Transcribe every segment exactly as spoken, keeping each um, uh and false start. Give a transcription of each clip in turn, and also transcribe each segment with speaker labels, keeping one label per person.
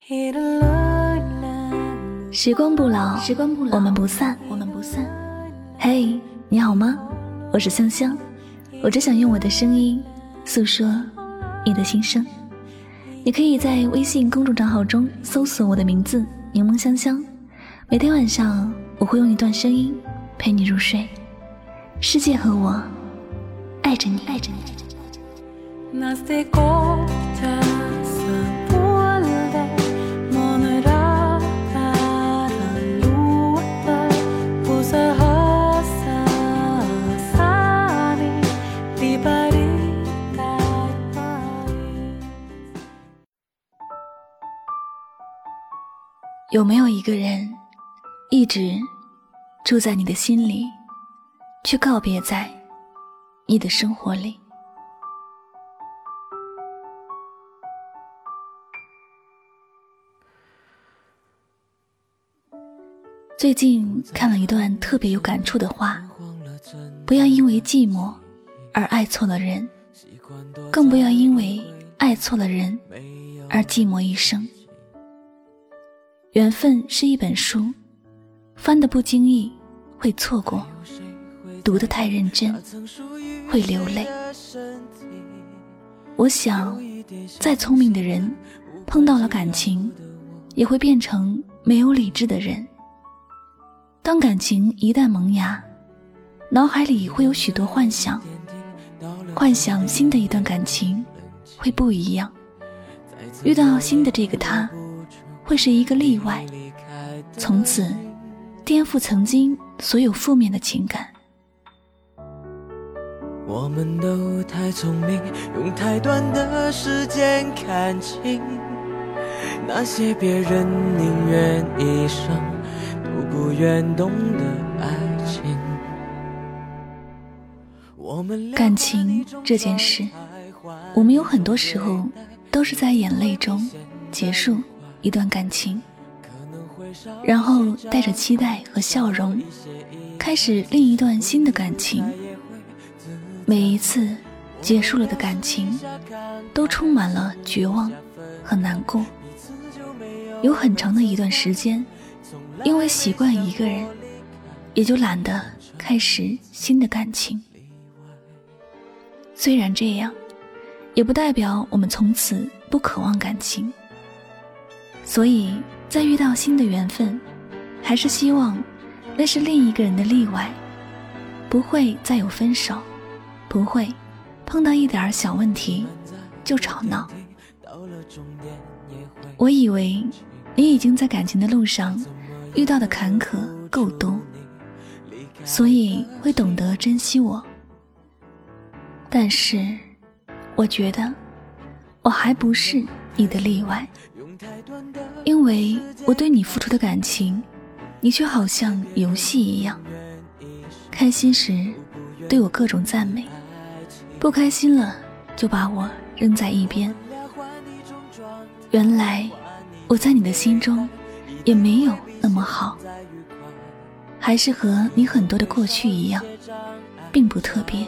Speaker 1: 时光不老，时光不老，我们不散，我们不散。嘿、hey, 你好吗？我是香香，我只想用我的声音诉说你的心声。你可以在微信公众账号中搜索我的名字柠檬香香，每天晚上我会用一段声音陪你入睡。世界和我爱着你，爱着你。有没有一个人一直住在你的心里，却告别在你的生活里？最近看了一段特别有感触的话，不要因为寂寞而爱错了人，更不要因为爱错了人而寂寞一生。缘分是一本书，翻得不经意会错过，读得太认真会流泪。我想再聪明的人碰到了感情也会变成没有理智的人。当感情一旦萌芽，脑海里会有许多幻想，幻想新的一段感情会不一样，遇到新的这个他会是一个例外，从此颠覆曾经所有负面的情感。
Speaker 2: 我们都太聪明，用太短的时间看清那些别人宁愿一生都不愿懂的爱情。
Speaker 1: 感情这件事，我们有很多时候都是在眼泪中结束一段感情，然后带着期待和笑容开始另一段新的感情。每一次结束了的感情都充满了绝望和难过，有很长的一段时间因为习惯一个人，也就懒得开始新的感情。虽然这样，也不代表我们从此不渴望感情，所以在遇到新的缘分，还是希望那是另一个人的例外，不会再有分手，不会碰到一点小问题就吵闹。我以为你已经在感情的路上遇到的坎坷够多，所以会懂得珍惜我。但是我觉得我还不是你的例外，因为我对你付出的感情，你却好像游戏一样，开心时对我各种赞美，不开心了就把我扔在一边。原来我在你的心中也没有那么好，还是和你很多的过去一样，并不特别。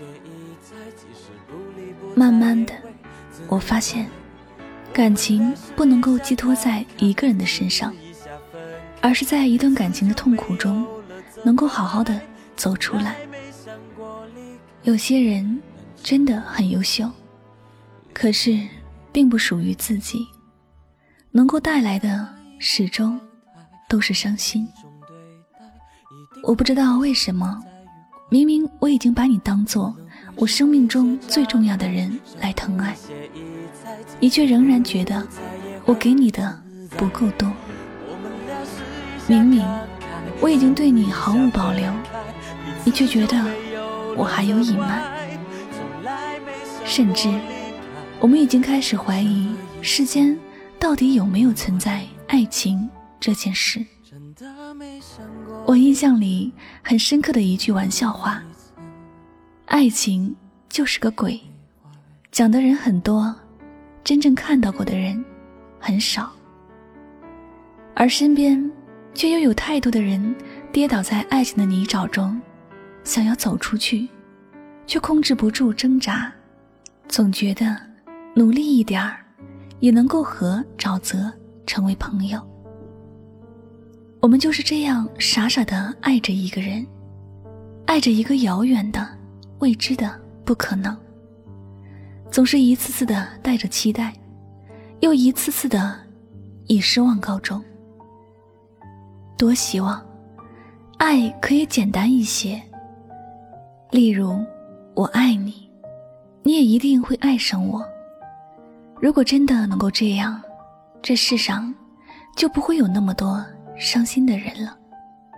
Speaker 1: 慢慢的我发现感情不能够寄托在一个人的身上，而是在一段感情的痛苦中能够好好的走出来。有些人真的很优秀，可是并不属于自己，能够带来的始终都是伤心。我不知道为什么，明明我已经把你当作我生命中最重要的人来疼爱，你却仍然觉得我给你的不够多。明明我已经对你毫无保留，你却觉得我还有隐瞒。甚至我们已经开始怀疑世间到底有没有存在爱情这件事。我印象里很深刻的一句玩笑话，爱情就是个鬼，讲的人很多，真正看到过的人很少，而身边却又有太多的人跌倒在爱情的泥沼中，想要走出去，却控制不住挣扎，总觉得努力一点儿也能够和沼泽成为朋友。我们就是这样傻傻地爱着一个人，爱着一个遥远的未知的不可能，总是一次次地带着期待，又一次次地以失望告终。多希望爱可以简单一些，例如我爱你，你也一定会爱上我。如果真的能够这样，这世上就不会有那么多伤心的人了。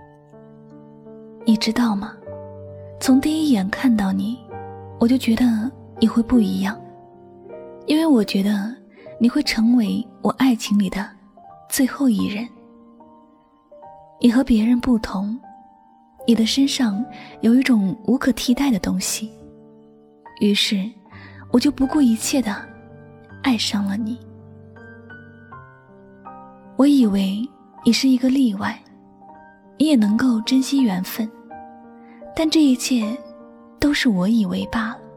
Speaker 1: 你知道吗？从第一眼看到你，我就觉得你会不一样，因为我觉得你会成为我爱情里的最后一人。你和别人不同，你的身上有一种无可替代的东西，于是我就不顾一切地爱上了你。我以为你是一个例外，你也能够珍惜缘分，但这一切都是我以为罢了。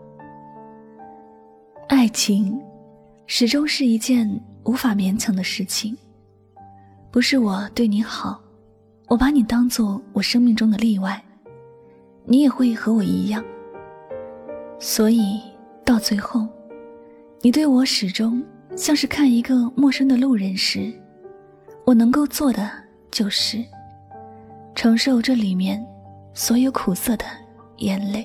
Speaker 1: 爱情始终是一件无法勉强的事情，不是我对你好，我把你当作我生命中的例外，你也会和我一样。所以到最后，你对我始终像是看一个陌生的路人时，我能够做的就是承受这里面所有苦涩的眼泪。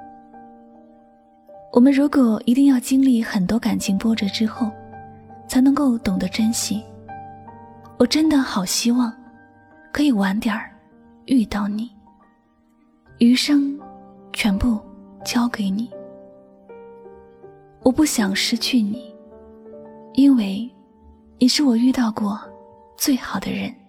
Speaker 1: 我们如果一定要经历很多感情波折之后才能够懂得珍惜，我真的好希望可以晚点儿遇到你，余生全部交给你。我不想失去你，因为你是我遇到过最好的人。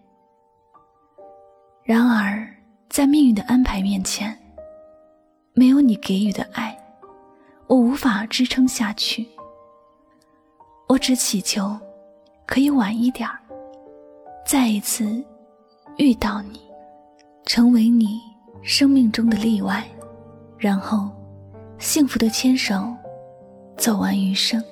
Speaker 1: 然而在命运的安排面前，没有你给予的爱，我无法支撑下去。我只祈求可以晚一点儿，再一次遇到你，成为你生命中的例外，然后幸福的牵手走完余生。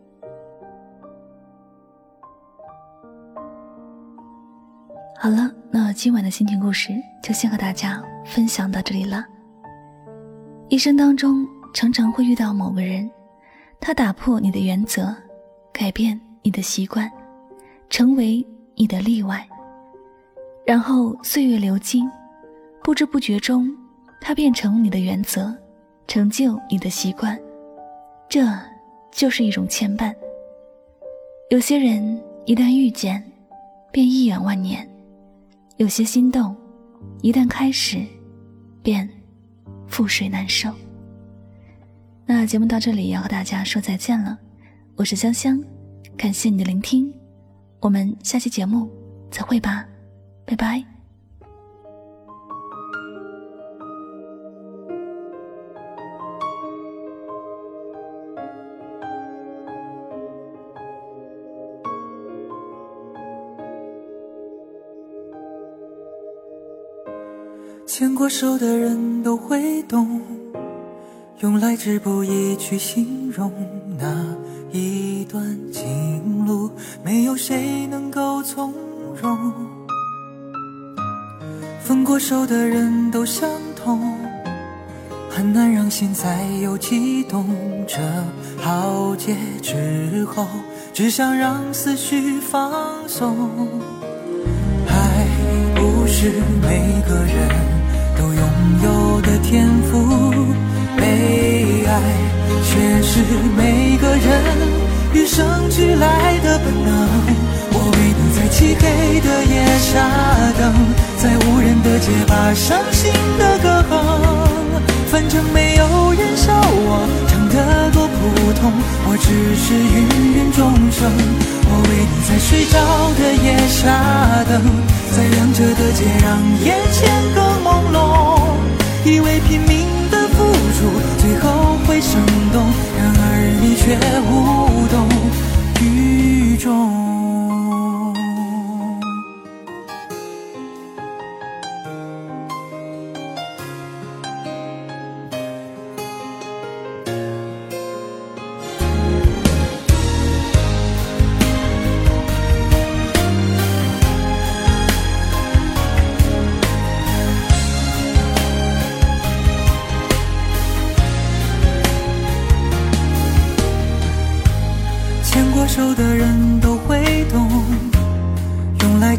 Speaker 1: 好了，那今晚的心情故事就先和大家分享到这里了。一生当中常常会遇到某个人，他打破你的原则，改变你的习惯，成为你的例外。然后岁月流金，不知不觉中他变成你的原则，成就你的习惯，这就是一种牵绊。有些人一旦遇见便一眼万年，有些心动一旦开始便覆水难收。那节目到这里要和大家说再见了，我是香香，感谢你的聆听，我们下期节目再会吧，拜拜。
Speaker 2: 牵过手的人都会懂，用来之不易去形容那一段情路，没有谁能够从容。分过手的人都相同，很难让心再有悸动。这浩劫之后，只想让思绪放松。爱不是每个人都拥有的天赋，被爱却是每个人与生俱来的本能。我为你在漆黑的夜下等，在无人的街把伤心的歌哼，反正没有人笑我唱得多普通，我只是芸芸众生。我为你在睡着的夜下等，在亮着的街让眼前更朦胧，以为拼命的付出最后会生动，然而你却无动于衷。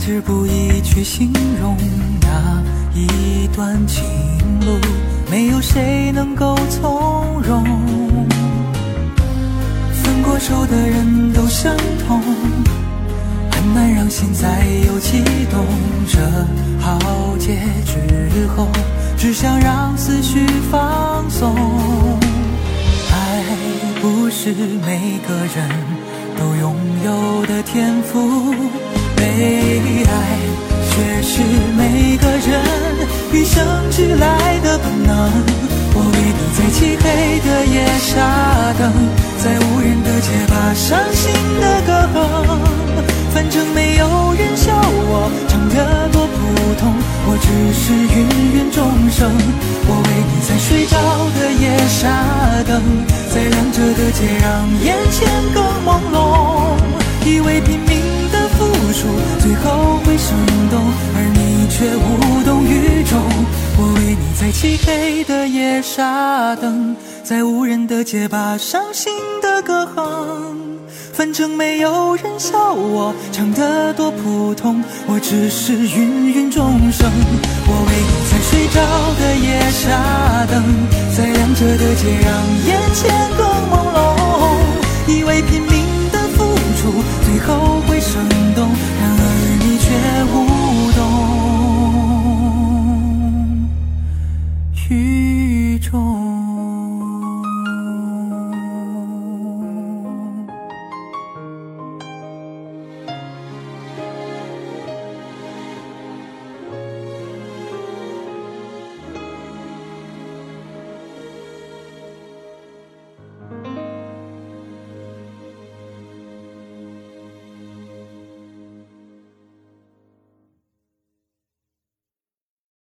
Speaker 3: 之不易去形容那一段情路，没有谁能够从容。分过手的人都相同，很难让心再有悸动。这浩劫之后，只想让思绪放松。爱不是每个人都拥有的天赋，被爱却是每个人与生俱来的本能。我为你在漆黑的夜傻等，在无人的街把伤心的歌哼，反正没有人笑我唱得多普通，我只是芸芸众生。我为你在睡着的夜傻等，在亮着的街让眼前更朦胧，以为拼命的付出最后会生动，而你却无动于衷。我为你在漆黑的夜傻等，在无人的街把伤心的歌哼，反正没有人笑我唱得多普通，我只是芸芸众生。我为你在睡着的夜傻等，在亮着的街让眼前更朦胧，以为拼命的付出最后会生